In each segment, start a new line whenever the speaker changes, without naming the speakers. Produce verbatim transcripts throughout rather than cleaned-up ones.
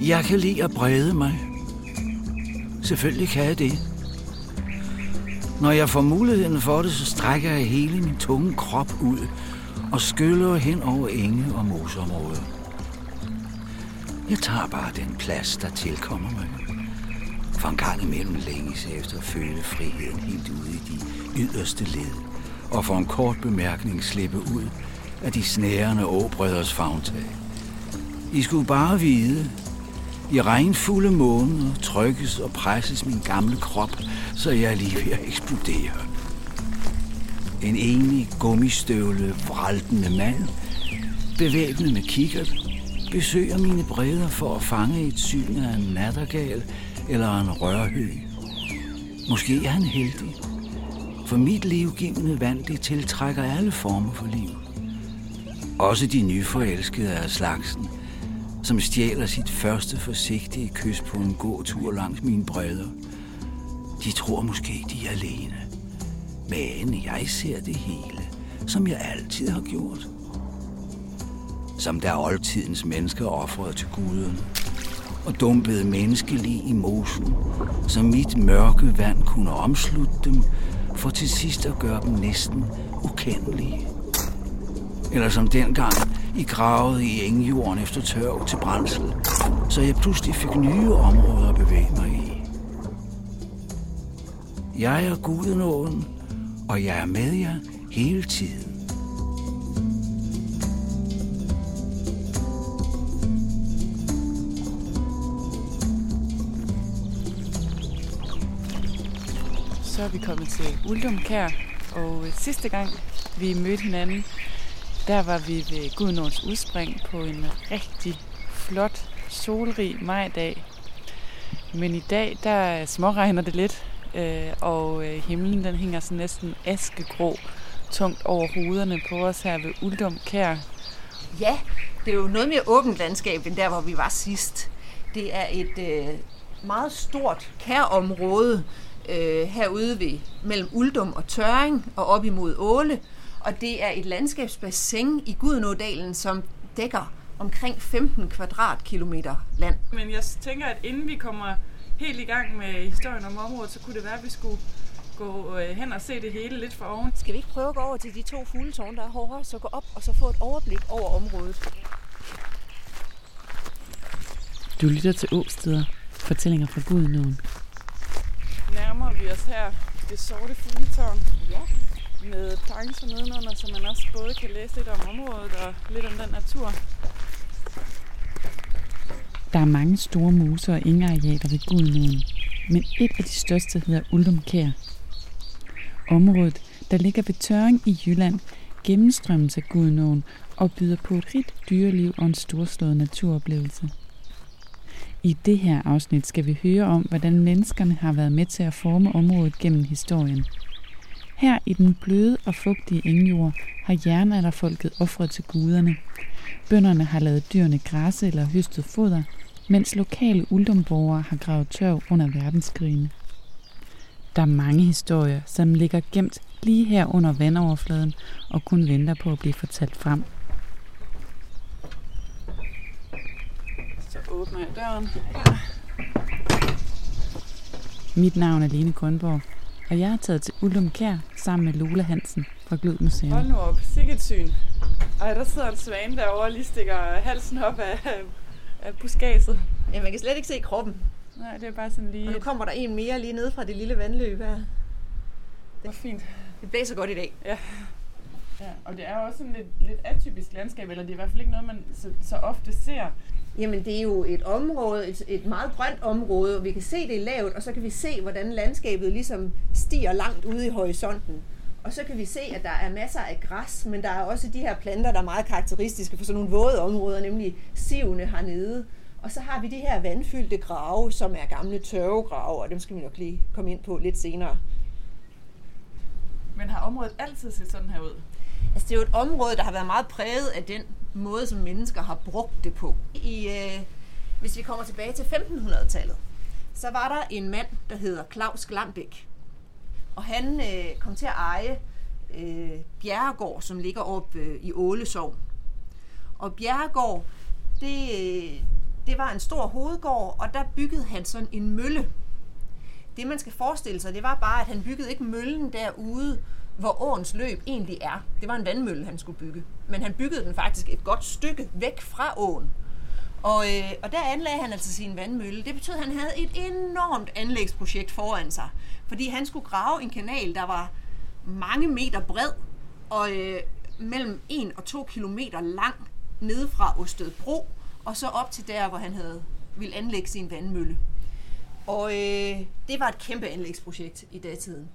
Jeg kan lide at brede mig. Selvfølgelig kan jeg det. Når jeg får muligheden for det, så strækker jeg hele min tunge krop ud og skyller hen over enge og moseområder. Jeg tager bare den plads, der tilkommer mig. For en gang imellem længes efter at føle friheden helt ude i de yderste led, og for en kort bemærkning slippe ud af de snærende åbrødres favntag. I skulle bare vide, i regnfulde måneder trykkes og presses min gamle krop, så jeg er lige ved at eksplodere. En enig gummistøvle vraltende mand, bevæbnet med kikkert, besøger mine bredder for at fange et syn af en nattergal eller en rørhøg. Måske er han heldig, for mit livgivende vand, det tiltrækker alle former for liv. Også de nyforelskede af slagsen, som stjæler sit første forsigtige kys på en gåtur langs mine bredder. De tror måske, de er alene. Men jeg ser det hele, som jeg altid har gjort. Som da oldtidens mennesker ofrede til guderne og dumpede menneskelig i mosen, så mit mørke vand kunne omslutte dem, for til sidst at gøre dem næsten ukendelige. Eller som dengang I gravede i engjorden efter tørv til brændsel, så jeg pludselig fik nye områder at bevæge mig i. Jeg er gudenåen, og jeg er med jer hele tiden.
Så er vi kommet til Uldum Kær, og sidste gang vi mødte hinanden, der var vi ved Gudenåens udspring på en rigtig flot, solrig majdag. Men i dag, der småregner det lidt, og himlen den hænger så næsten askegrå tungt over hovederne på os her ved Uldum Kær.
Ja, det er jo noget mere åbent landskab end der, hvor vi var sidst. Det er et øh, meget stort kærområde øh, herude ved, mellem Uldum og Tørring og op imod Åle. Og det er et landskabsbassin i Gudenådalen, som dækker omkring femten kvadratkilometer land.
Men jeg tænker, at inden vi kommer helt i gang med historien om området, så kunne det være, at vi skulle gå hen og se det hele lidt fra oven.
Skal vi ikke prøve at gå over til de to fugletårne, der er hårdere, så gå op og så få et overblik over området?
Du lytter til Åsteder, fortællinger fra Gudenåen. Nærmer vi os her det sorte fugletårn.
Ja.
Med plancher nedenunder, så man også både kan læse lidt om området og lidt om den natur. Der er mange store moser og engarealer ved Gudenåen, men et af de største hedder Uldum Kær. Området, der ligger ved Tørring i Jylland, gennemstrømmes af Gudenåen og byder på et rigt dyreliv og en storslået naturoplevelse. I det her afsnit skal vi høre om, hvordan menneskerne har været med til at forme området gennem historien. Her i den bløde og fugtige engjord har jernalderfolket ofret til guderne. Bønderne har lavet dyrene græsse eller høstet foder, mens lokale uldumborgere har gravet tørv under verdenskrigene. Der er mange historier, som ligger gemt lige her under vandoverfladen og kun venter på at blive fortalt frem. Så åbner jeg døren. Ja. Mit navn er Lene Grønborg, og jeg er taget til Uldum Kær sammen med Lola Hansen fra Glud Museum. Hold nu op, sikkert syn. Ej, der sidder en svane derovre og lige stikker halsen op af, af buskadset.
Ja, man kan slet ikke se kroppen.
Nej, det er bare sådan lige...
Og nu kommer der en mere lige ned fra det lille vandløb her. Det
var fint.
Det blæser godt i dag.
Ja. Ja, og det er også sådan lidt, lidt atypisk landskab, eller det er i hvert fald ikke noget, man så, så ofte ser.
Jamen, det er jo et område, et, et meget grønt område, og vi kan se det lavt, og så kan vi se, hvordan landskabet ligesom stiger langt ude i horisonten. Og så kan vi se, at der er masser af græs, men der er også de her planter, der er meget karakteristiske for sådan nogle våde områder, nemlig sivene hernede. Og så har vi de her vandfyldte grave, som er gamle tørvegrave, og dem skal vi nok lige komme ind på lidt senere.
Men har området altid set sådan her ud?
Altså, det er jo et område, der har været meget præget af den måde, som mennesker har brugt det på. I, øh, hvis vi kommer tilbage til femtenhundredetallet, så var der en mand, der hedder Claus Glambæk. Og han øh, kom til at eje øh, Bjerregård, som ligger oppe øh, i Åle Sogn. Og Bjerregård, det, øh, det var en stor hovedgård, og der byggede han sådan en mølle. Det man skal forestille sig, det var bare, at han byggede ikke møllen derude, hvor åens løb egentlig er. Det var en vandmølle, han skulle bygge. Men han byggede den faktisk et godt stykke væk fra åen. Og, øh, og der anlagde han altså sin vandmølle. Det betød, at han havde et enormt anlægsprojekt foran sig. Fordi han skulle grave en kanal, der var mange meter bred og øh, mellem en og to kilometer lang nede fra Ostedbro og så op til der, hvor han havde ville anlægge sin vandmølle. Og øh, det var et kæmpe anlægsprojekt i datiden.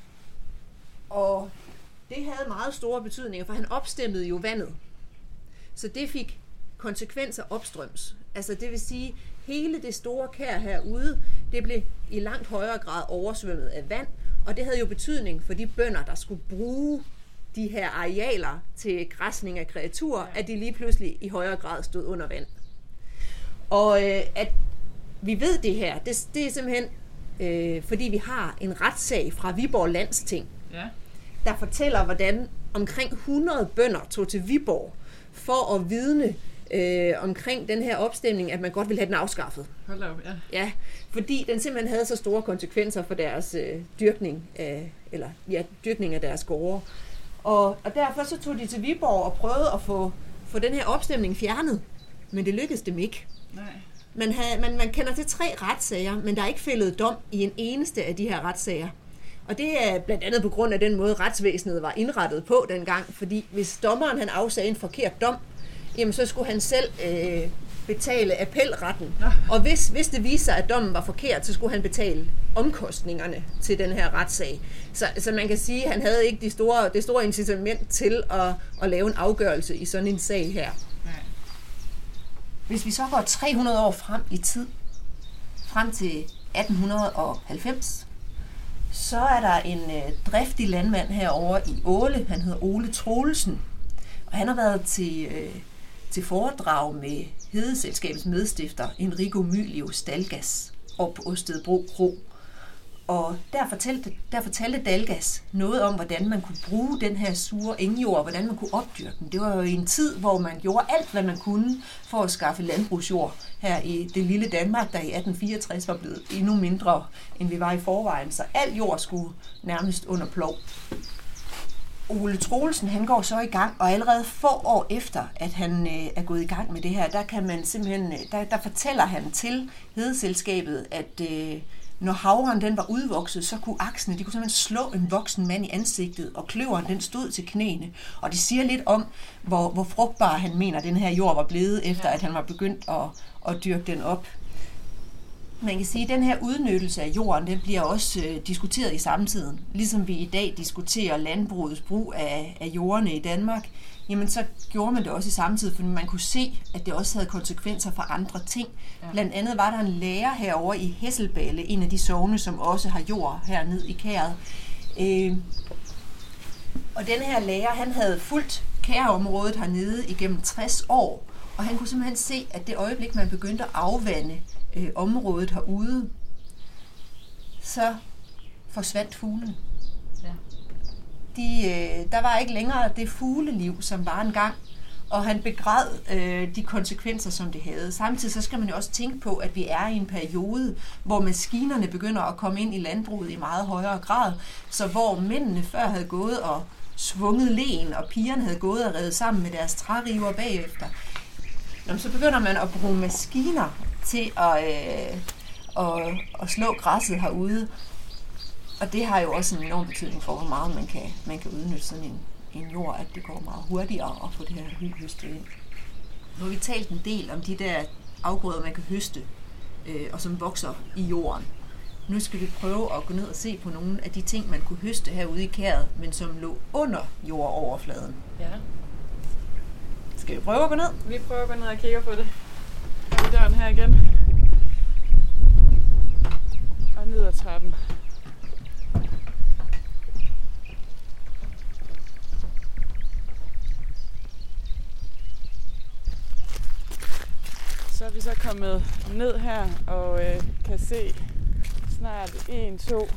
Og det havde meget store betydninger, for han opstemmede jo vandet. Så det fik konsekvenser opstrøms. Altså det vil sige, hele det store kær herude, det blev i langt højere grad oversvømmet af vand, og det havde jo betydning for de bønder, der skulle bruge de her arealer til græsning af kreaturer, at de lige pludselig i højere grad stod under vand. Og øh, at vi ved det her, det, det er simpelthen, øh, fordi vi har en retssag fra Viborg Landsting, ja. Der fortæller, hvordan omkring hundrede bønder tog til Viborg for at vidne øh, omkring den her opstemning, at man godt ville have den afskaffet.
Hold op, ja.
Ja, fordi den simpelthen havde så store konsekvenser for deres øh, dyrkning, af, eller, ja, dyrkning af deres gårde. Og, og derfor så tog de til Viborg og prøvede at få, få den her opstemning fjernet, men det lykkedes dem ikke.
Nej.
Man, havde, man, man kender til tre retssager, men der er ikke fældet dom i en eneste af de her retssager. Og det er blandt andet på grund af den måde, retsvæsenet var indrettet på dengang, fordi hvis dommeren han afsagde en forkert dom, jamen så skulle han selv øh, betale appelretten. Nå. Og hvis, hvis det viste sig, at dommen var forkert, så skulle han betale omkostningerne til den her retssag. Så, så man kan sige, at han havde ikke de store, det store incitament til at, at lave en afgørelse i sådan en sag her. Nej. Hvis vi så går tre hundrede år frem i tid, frem til atten halvfems, så er der en øh, driftig landmand herovre i Åle. Han hedder Ole Troelsen, og han har været til, øh, til foredrag med Hedeselskabets medstifter Enrico Mylius Dalgas op på Ostedbro Kro. Og der fortalte, der fortalte Dalgas noget om, hvordan man kunne bruge den her sure engjord, hvordan man kunne opdyrke den. Det var jo i en tid, hvor man gjorde alt, hvad man kunne for at skaffe landbrugsjord her i det lille Danmark, der i atten fireogtres var blevet endnu mindre, end vi var i forvejen. Så al jord skulle nærmest under plov. Ole Troelsen, han går så i gang, og allerede få år efter, at han øh, er gået i gang med det her, der kan man simpelthen, der, der fortæller han til Hedeselskabet, at øh, når havren den var udvokset, så kunne aksene, de kunne simpelthen slå en voksen mand i ansigtet, og kløveren den stod til knæene. Og det siger lidt om, hvor, hvor frugtbar han mener, den her jord var blevet, efter at han var begyndt at, at dyrke den op. Man kan sige, at den her udnyttelse af jorden, den bliver også øh, diskuteret i samtiden. Ligesom vi i dag diskuterer landbrugets brug af, af jordene i Danmark, jamen så gjorde man det også i samtiden, fordi man kunne se, at det også havde konsekvenser for andre ting. Ja. Blandt andet var der en lærer herovre i Hesselballe, en af de sogne, som også har jord hernede i Kæret. Øh, og den her lærer, han havde fulgt Kærområdet hernede igennem tres år, og han kunne simpelthen se, at det øjeblik, man begyndte at afvande øh, området herude, så forsvandt fuglen. Ja. De, øh, der var ikke længere det fugleliv, som var engang, og han begræd øh, de konsekvenser, som det havde. Samtidig så skal man jo også tænke på, at vi er i en periode, hvor maskinerne begynder at komme ind i landbruget i meget højere grad, så hvor mændene før havde gået og svunget len, og pigerne havde gået og revet sammen med deres træriver bagefter, jamen, så begynder man at bruge maskiner til at, øh, at, at slå græsset herude. Og det har jo også en enorm betydning for, hvor meget man kan, man kan udnytte sådan en, en jord, at det går meget hurtigere at få det her hyld høstet ind. Nu har vi talt en del om de der afgrøder, man kan høste, øh, og som vokser i jorden. Nu skal vi prøve at gå ned og se på nogle af de ting, man kunne høste herude i Kæret, men som lå under jordoverfladen. Ja. Skal vi prøve at gå ned?
Vi prøver at gå ned og kigge på det. Her er døren her igen. Og ned ad trappen. Så er vi så kommet ned her og øh, kan se snart en, to,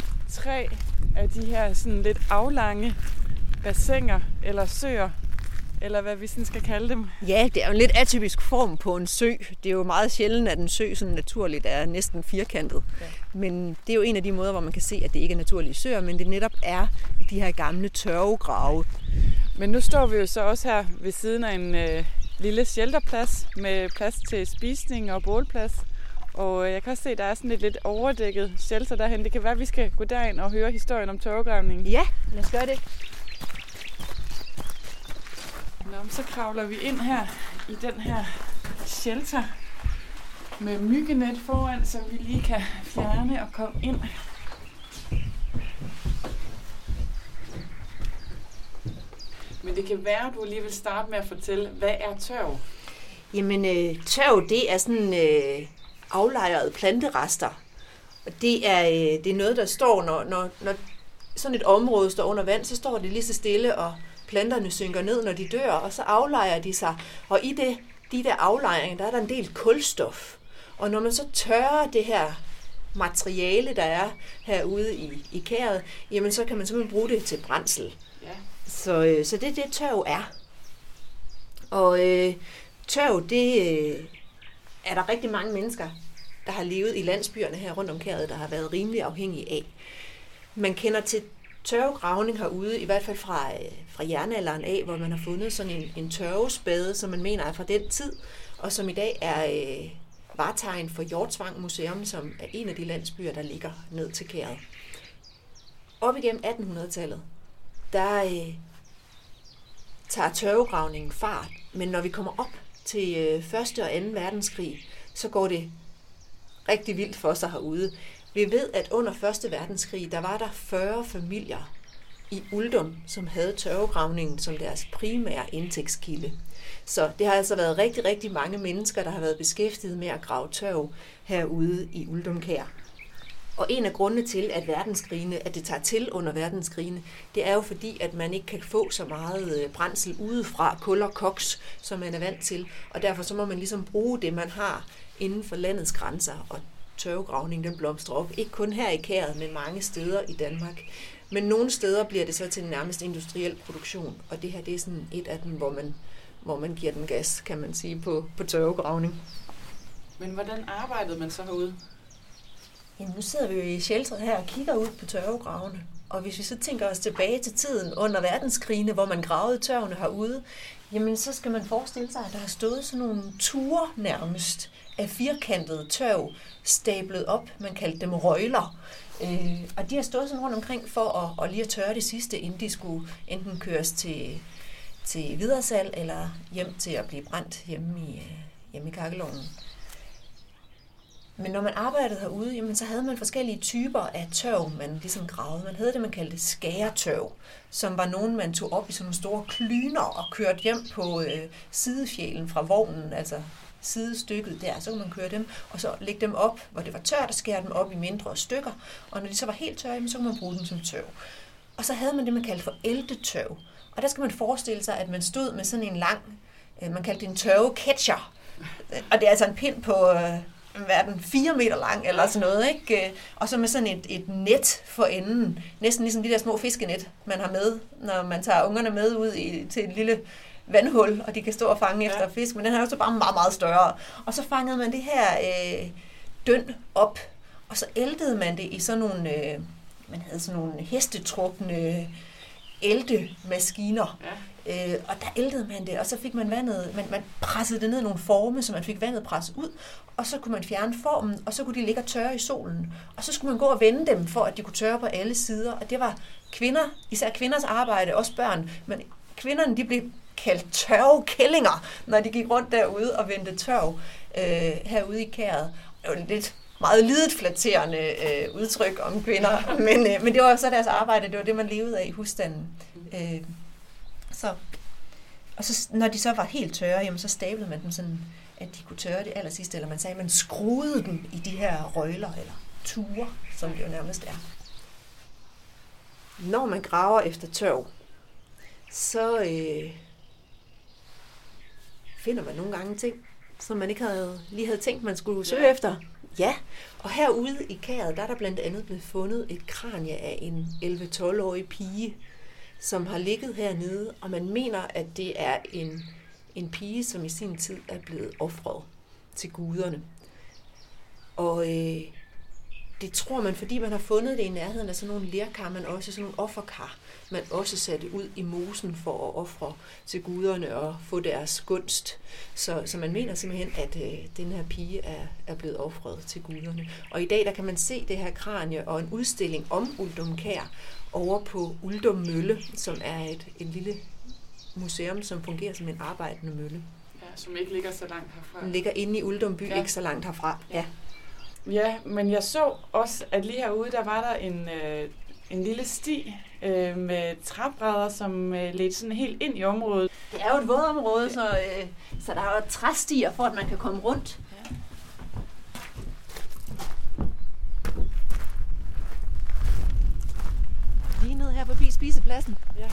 tre af de her sådan lidt aflange bassiner eller søer, eller hvad vi sådan skal kalde dem.
Ja, det er jo en lidt atypisk form på en sø. Det er jo meget sjældent, at en sø sådan naturligt er næsten firkantet. Ja. Men det er jo en af de måder, hvor man kan se, at det ikke er naturlige søer, men det netop er de her gamle tørvegrave.
Men nu står vi jo så også her ved siden af en øh, lille shelterplads med plads til spisning og bålplads. Og jeg kan også se, at der er sådan et lidt overdækket shelter derhen. Det kan være, at vi skal gå derind og høre historien om tørvegravningen.
Ja, lad os gøre det.
Nå, så kravler vi ind her i den her shelter med myggenet foran, så vi lige kan fjerne og komme ind. Men det kan være, at du lige vil starte med at fortælle, hvad er tørv?
Jamen, øh, tørv, det er sådan øh, aflejrede planterester. Og det er, øh, det er noget, der står, når, når, når sådan et område står under vand, så står det lige så stille, og planterne synker ned, når de dør, og så aflejrer de sig. Og i det, de der aflejringer, der er der en del kulstof. Og når man så tørrer det her materiale, der er herude i, i kæret, jamen så kan man simpelthen bruge det til brændsel. Ja. Så, øh, så det er det, tørv er. Og øh, tørv, det øh, er der rigtig mange mennesker, der har levet i landsbyerne her rundt om kæret, der har været rimelig afhængige af. Man kender til tørvegravning herude, i hvert fald fra, fra jernalderen af, hvor man har fundet sådan en, en tørvespade, som man mener er fra den tid, og som i dag er øh, vartegn for Hjortsvang Museum, som er en af de landsbyer, der ligger ned til kæret. Op igennem attenhundredetallet, der øh, tager tørvegravningen fart, men når vi kommer op til øh, første og anden verdenskrig, så går det rigtig vildt for sig herude. Vi ved, at under første verdenskrig, der var der fyrre familier i Uldum, som havde tørvegravningen som deres primære indtægtskilde. Så det har altså været rigtig, rigtig mange mennesker, der har været beskæftiget med at grave tørv herude i Uldumkær. Og en af grundene til, at verdenskrigene, at det tager til under verdenskrigene, det er jo fordi, at man ikke kan få så meget brændsel udefra, kul og koks, som man er vant til. Og derfor så må man ligesom bruge det, man har inden for landets grænser. Og tørvegravning, den blomstrer op. Ikke kun her i kæret, men mange steder i Danmark. Men nogle steder bliver det så til en nærmest industriel produktion. Og det her, det er sådan et af dem, hvor man, hvor man giver den gas, kan man sige, på, på tørvegravning.
Men hvordan arbejdede man så herude?
Jamen, nu sidder vi jo i shelteret her og kigger ud på tørvegravene. Og hvis vi så tænker os tilbage til tiden under verdenskrigene, hvor man gravede tørvene herude, jamen så skal man forestille sig, at der har stået sådan nogle ture nærmest af firkantede tørv stablet op. Man kaldte dem røgler. Øh, og de har stået sådan rundt omkring for at, at lige at tørre det sidste, inden de skulle enten køres til, til videresalg eller hjem til at blive brændt hjemme i, hjemme i kakkelovnen. Men når man arbejdede herude, jamen, så havde man forskellige typer af tørv, man ligesom gravede. Man havde det, man kaldte skæretørv, som var nogen, man tog op i sådan nogle store klyner og kørte hjem på øh, sidefjælen fra vognen, altså sidestykket der. Så kunne man køre dem, og så lægge dem op, hvor det var tørt, og skære dem op i mindre stykker. Og når de så var helt tørre, så kunne man bruge dem som tørv. Og så havde man det, man kaldte for æltetørv. Og der skal man forestille sig, at man stod med sådan en lang, øh, man kaldte det en tørveketcher. Og det er altså en pind på Øh, verden fire meter lang, eller sådan noget, ikke? Og så med sådan et, et net for enden. Næsten ligesom de der små fiskenet, man har med, når man tager ungerne med ud i, til et lille vandhul, og de kan stå og fange ja. efter fisk. Men den her er jo så bare meget, meget større. Og så fangede man det her øh, døn op, og så æltede man det i sådan nogle, øh, man havde sådan nogle hestetrukne æltemaskiner. Ja. Øh, og der æltede man det, og så fik man vandet, man, man pressede det ned i nogle forme, så man fik vandet presset ud, og så kunne man fjerne formen, og så kunne de ligge og tørre i solen. Og så skulle man gå og vende dem, for at de kunne tørre på alle sider. Og det var kvinder, især kvinders arbejde, også børn, men kvinderne, de blev kaldt tørvekællinger, når de gik rundt derude og vendte tørv øh, herude i kæret. Det var lidt meget lidet flatterende øh, udtryk om kvinder, men, øh, men det var så deres arbejde, det var det, man levede af i husstanden. Øh, Så. Og så, når de så var helt tørre, jamen, så stablede man dem sådan, at de kunne tørre det allersidste, eller man sagde, at man skruede dem i de her røgler, eller ture, som det jo nærmest er. Når man graver efter tørv, så øh, finder man nogle gange ting, som man ikke havde, lige havde tænkt, man skulle søge ja. efter. Ja, og herude i kæret, der er der blandt andet blevet fundet et kranie af en elleve-tolv-årig pige, som har ligget hernede, og man mener, at det er en, en pige, som i sin tid er blevet ofret til guderne. Og øh, det tror man, fordi man har fundet det i nærheden af sådan nogle lerkar, man også sådan nogle offerkar, man også satte ud i mosen for at ofre til guderne og få deres gunst. Så, så man mener simpelthen, at øh, den her pige er, er blevet ofret til guderne. Og i dag der kan man se det her kranie og en udstilling om Uldum Kær over på Uldum Mølle, som er et, et lille museum, som fungerer som en arbejdende mølle.
Ja, som ikke ligger så langt herfra.
Den ligger inde i Uldum by,
ja.
Ikke så langt herfra. Ja.
Ja, men jeg så også, at lige herude, der var der en, øh, en lille sti øh, med træbrædder, som øh, ledte sådan helt ind i området.
Det er jo et vådområde, så, øh, så der er jo træstier for, at man kan komme rundt. Ja. Lige ned her forbi spisepladsen.
Ja.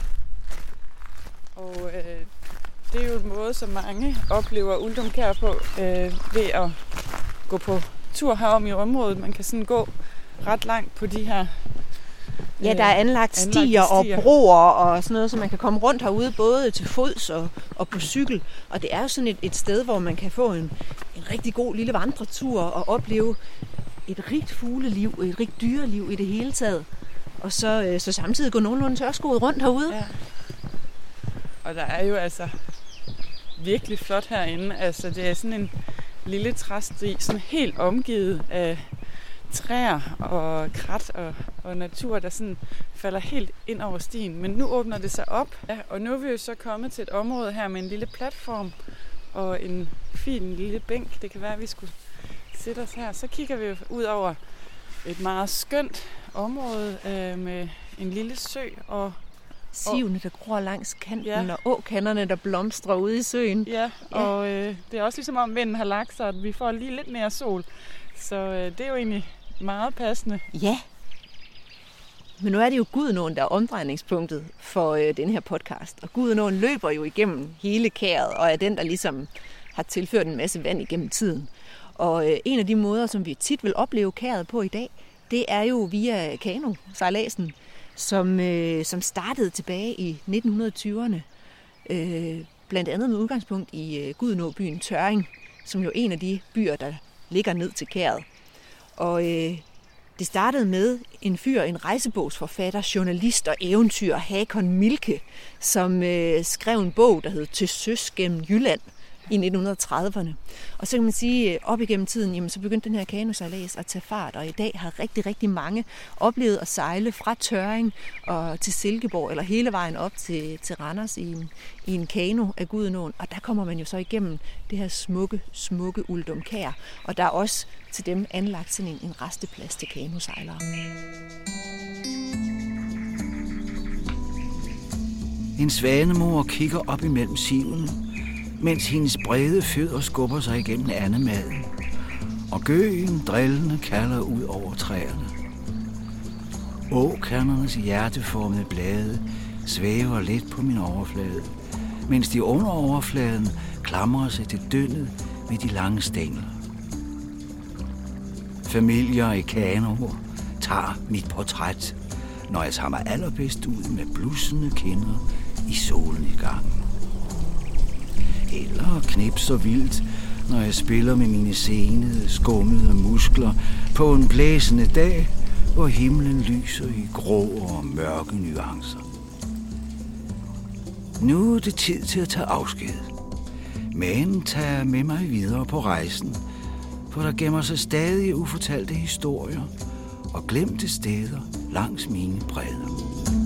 Og øh, det er jo en måde, som mange oplever Uldum Kær på, øh, ved at gå på tur herom i området. Man kan sådan gå ret langt på de her
Ja, der er anlagt stier, stier og broer og sådan noget, så man kan komme rundt herude, både til fods og, og på cykel. Og det er jo sådan et, et sted, hvor man kan få en, en rigtig god lille vandretur og opleve et rigt fugleliv, et rigt dyreliv i det hele taget. Og så, så samtidig gå nogenlunde tørskoet rundt herude. Ja.
Og der er jo altså virkelig flot herinde. Altså, det er sådan en lille træsti, sådan helt omgivet af træer og krat og, og natur, der sådan falder helt ind over stien. Men nu åbner det sig op, ja, og nu er vi jo så kommet til et område her med en lille platform og en fin lille bænk. Det kan være, at vi skulle sætte os her. Så kigger vi ud over et meget skønt område øh, med en lille sø og
sivene, der gror langs kanten, ja. Og åkanderne, der blomstrer ude i søen.
Ja, ja. Og øh, det er også ligesom om vinden har lagt sig, at vi får lige lidt mere sol. Så øh, det er jo egentlig meget passende.
Ja. Men nu er det jo Gudenåen, der er omdrejningspunktet for øh, den her podcast. Og Gudenåen løber jo igennem hele kæret, og er den, der ligesom har tilført en masse vand igennem tiden. Og øh, en af de måder, som vi tit vil opleve kæret på i dag, det er jo via kanosejladsen, som, øh, som startede tilbage i nitten tyverne. Øh, blandt andet med udgangspunkt i øh, Gudenåbyen Tørring, som jo er en af de byer, der ligger ned til kæret. Og øh, det startede med en fyr, en rejsebogsforfatter, journalist og eventyr, Hakon Milke, som øh, skrev en bog, der hed Til søs gennem Jylland i nitten trediverne. Og så kan man sige, op igennem tiden, jamen, så begyndte den her kanosejlads at tage fart, og i dag har rigtig, rigtig mange oplevet at sejle fra Tørring og til Silkeborg, eller hele vejen op til, til Randers i en, i en kano af Gudenåen. Og der kommer man jo så igennem det her smukke, smukke Uldum Kær. Og der er også til dem anlagt sådan en, en resteplads til kanosejlere.
En svanemor kigger op imellem sivene, mens hendes brede fødder skubber sig igennem andemaden, og gøen drillende kalder ud over træerne. Åkandernes hjerteformede blade svæver lidt på min overflade, mens de under overfladen klamrer sig til dyndet med de lange stængler. Familier i kanoer tager mit portræt, når jeg tager mig allerbedst ud med blussende kinder i solnedgangen. Eller knipser vildt, når jeg spiller med mine senede, skummede muskler på en blæsende dag, hvor himlen lyser i grå og mørke nuancer. Nu er det tid til at tage afsked, men tager med mig videre på rejsen, for der gemmer sig stadig ufortalte historier og glemte steder langs mine bredder.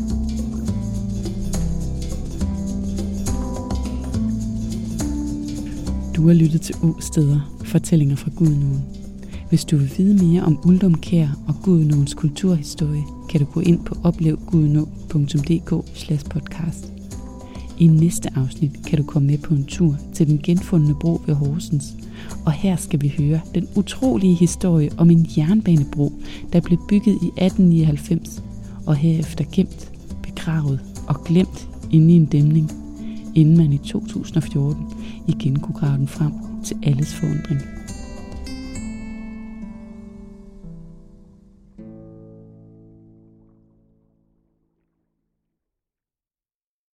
Du har lyttet til Åsteder, fortællinger fra Gudenåen. Hvis du vil vide mere om Uldum Kær og Gudenåens kulturhistorie, kan du gå ind på oplevgudenå punktum d k slash podcast. I næste afsnit kan du komme med på en tur til den genfundne bro ved Horsens, og her skal vi høre den utrolige historie om en jernbanebro, der blev bygget i atten nioghalvfems, og herefter gemt, begravet og glemt inde i en dæmning, inden man i to tusind og fjorten igen kunne grave den frem til alles forundring.